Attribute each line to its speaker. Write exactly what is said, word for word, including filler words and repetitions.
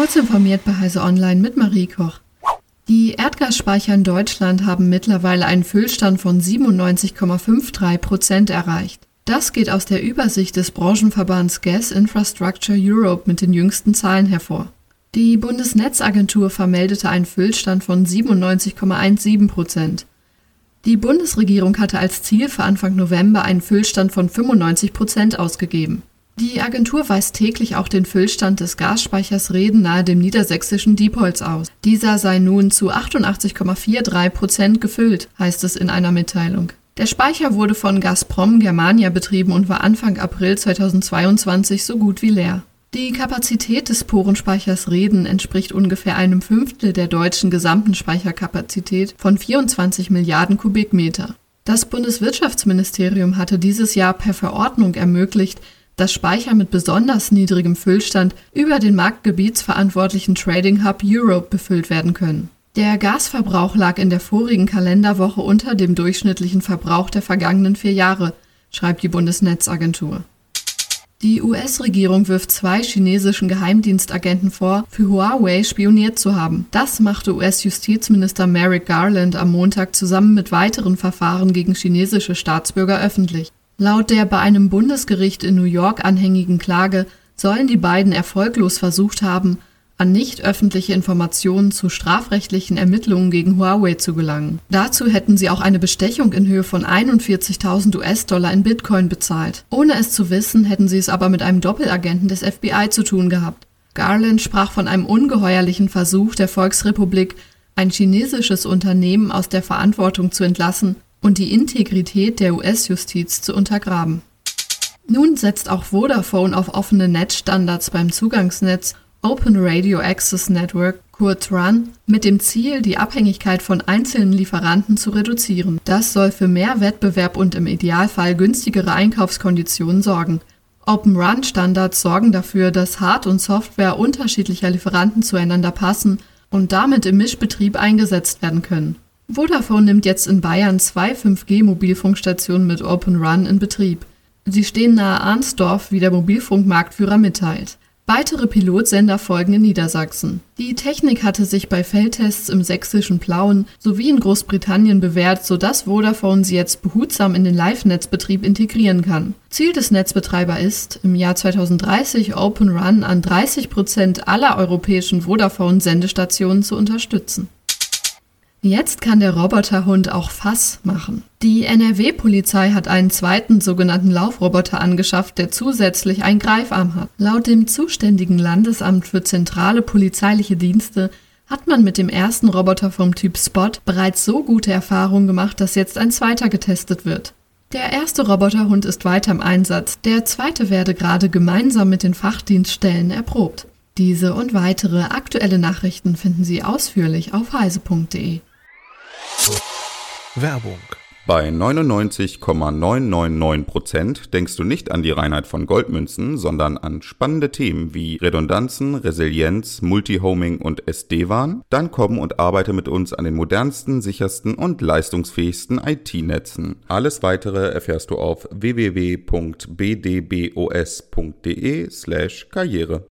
Speaker 1: Kurz informiert bei Heise Online mit Marie Koch. Die Erdgasspeicher in Deutschland haben mittlerweile einen Füllstand von siebenundneunzig Komma dreiundfünfzig Prozent erreicht. Das geht aus der Übersicht des Branchenverbands Gas Infrastructure Europe mit den jüngsten Zahlen hervor. Die Bundesnetzagentur vermeldete einen Füllstand von siebenundneunzig Komma siebzehn Prozent. Die Bundesregierung hatte als Ziel für Anfang November einen Füllstand von fünfundneunzig Prozent ausgegeben. Die Agentur weist täglich auch den Füllstand des Gasspeichers Reden nahe dem niedersächsischen Diepholz aus. Dieser sei nun zu achtundachtzig Komma dreiundvierzig Prozent gefüllt, heißt es in einer Mitteilung. Der Speicher wurde von Gazprom Germania betrieben und war Anfang April zweitausendzweiundzwanzig so gut wie leer. Die Kapazität des Porenspeichers Reden entspricht ungefähr einem Fünftel der deutschen gesamten Speicherkapazität von vierundzwanzig Milliarden Kubikmeter. Das Bundeswirtschaftsministerium hatte dieses Jahr per Verordnung ermöglicht, dass Speicher mit besonders niedrigem Füllstand über den marktgebietsverantwortlichen Trading Hub Europe befüllt werden können. Der Gasverbrauch lag in der vorigen Kalenderwoche unter dem durchschnittlichen Verbrauch der vergangenen vier Jahre, schreibt die Bundesnetzagentur. Die U S-Regierung wirft zwei chinesischen Geheimdienstagenten vor, für Huawei spioniert zu haben. Das machte U S-Justizminister Merrick Garland am Montag zusammen mit weiteren Verfahren gegen chinesische Staatsbürger öffentlich. Laut der bei einem Bundesgericht in New York anhängigen Klage sollen die beiden erfolglos versucht haben, an nicht öffentliche Informationen zu strafrechtlichen Ermittlungen gegen Huawei zu gelangen. Dazu hätten sie auch eine Bestechung in Höhe von einundvierzigtausend US-Dollar in Bitcoin bezahlt. Ohne es zu wissen, hätten sie es aber mit einem Doppelagenten des F B I zu tun gehabt. Garland sprach von einem ungeheuerlichen Versuch der Volksrepublik, ein chinesisches Unternehmen aus der Verantwortung zu entlassen und die Integrität der U S-Justiz zu untergraben. Nun setzt auch Vodafone auf offene Netzstandards beim Zugangsnetz Open Radio Access Network, kurz R A N, mit dem Ziel, die Abhängigkeit von einzelnen Lieferanten zu reduzieren. Das soll für mehr Wettbewerb und im Idealfall günstigere Einkaufskonditionen sorgen. Open R A N-Standards sorgen dafür, dass Hard- und Software unterschiedlicher Lieferanten zueinander passen und damit im Mischbetrieb eingesetzt werden können. Vodafone nimmt jetzt in Bayern zwei fünf G Mobilfunkstationen mit Open R A N in Betrieb. Sie stehen nahe Arnsdorf, wie der Mobilfunkmarktführer mitteilt. Weitere Pilotsender folgen in Niedersachsen. Die Technik hatte sich bei Feldtests im sächsischen Plauen sowie in Großbritannien bewährt, sodass Vodafone sie jetzt behutsam in den Live-Netzbetrieb integrieren kann. Ziel des Netzbetreibers ist, im Jahr zweitausenddreißig Open R A N an dreißig Prozent aller europäischen Vodafone-Sendestationen zu unterstützen. Jetzt kann der Roboterhund auch Fass machen. Die N R W-Polizei hat einen zweiten sogenannten Laufroboter angeschafft, der zusätzlich einen Greifarm hat. Laut dem zuständigen Landesamt für zentrale polizeiliche Dienste hat man mit dem ersten Roboter vom Typ Spot bereits so gute Erfahrungen gemacht, dass jetzt ein zweiter getestet wird. Der erste Roboterhund ist weiter im Einsatz, der zweite werde gerade gemeinsam mit den Fachdienststellen erprobt. Diese und weitere aktuelle Nachrichten finden Sie ausführlich auf heise punkt de.
Speaker 2: Werbung.
Speaker 3: Bei neunundneunzig Komma neunhundertneunundneunzig Prozent denkst du nicht an die Reinheit von Goldmünzen, sondern an spannende Themen wie Redundanzen, Resilienz, Multihoming und S D-WAN? Dann komm und arbeite mit uns an den modernsten, sichersten und leistungsfähigsten I T-Netzen. Alles Weitere erfährst du auf w w w punkt b d b o s punkt de slash karriere.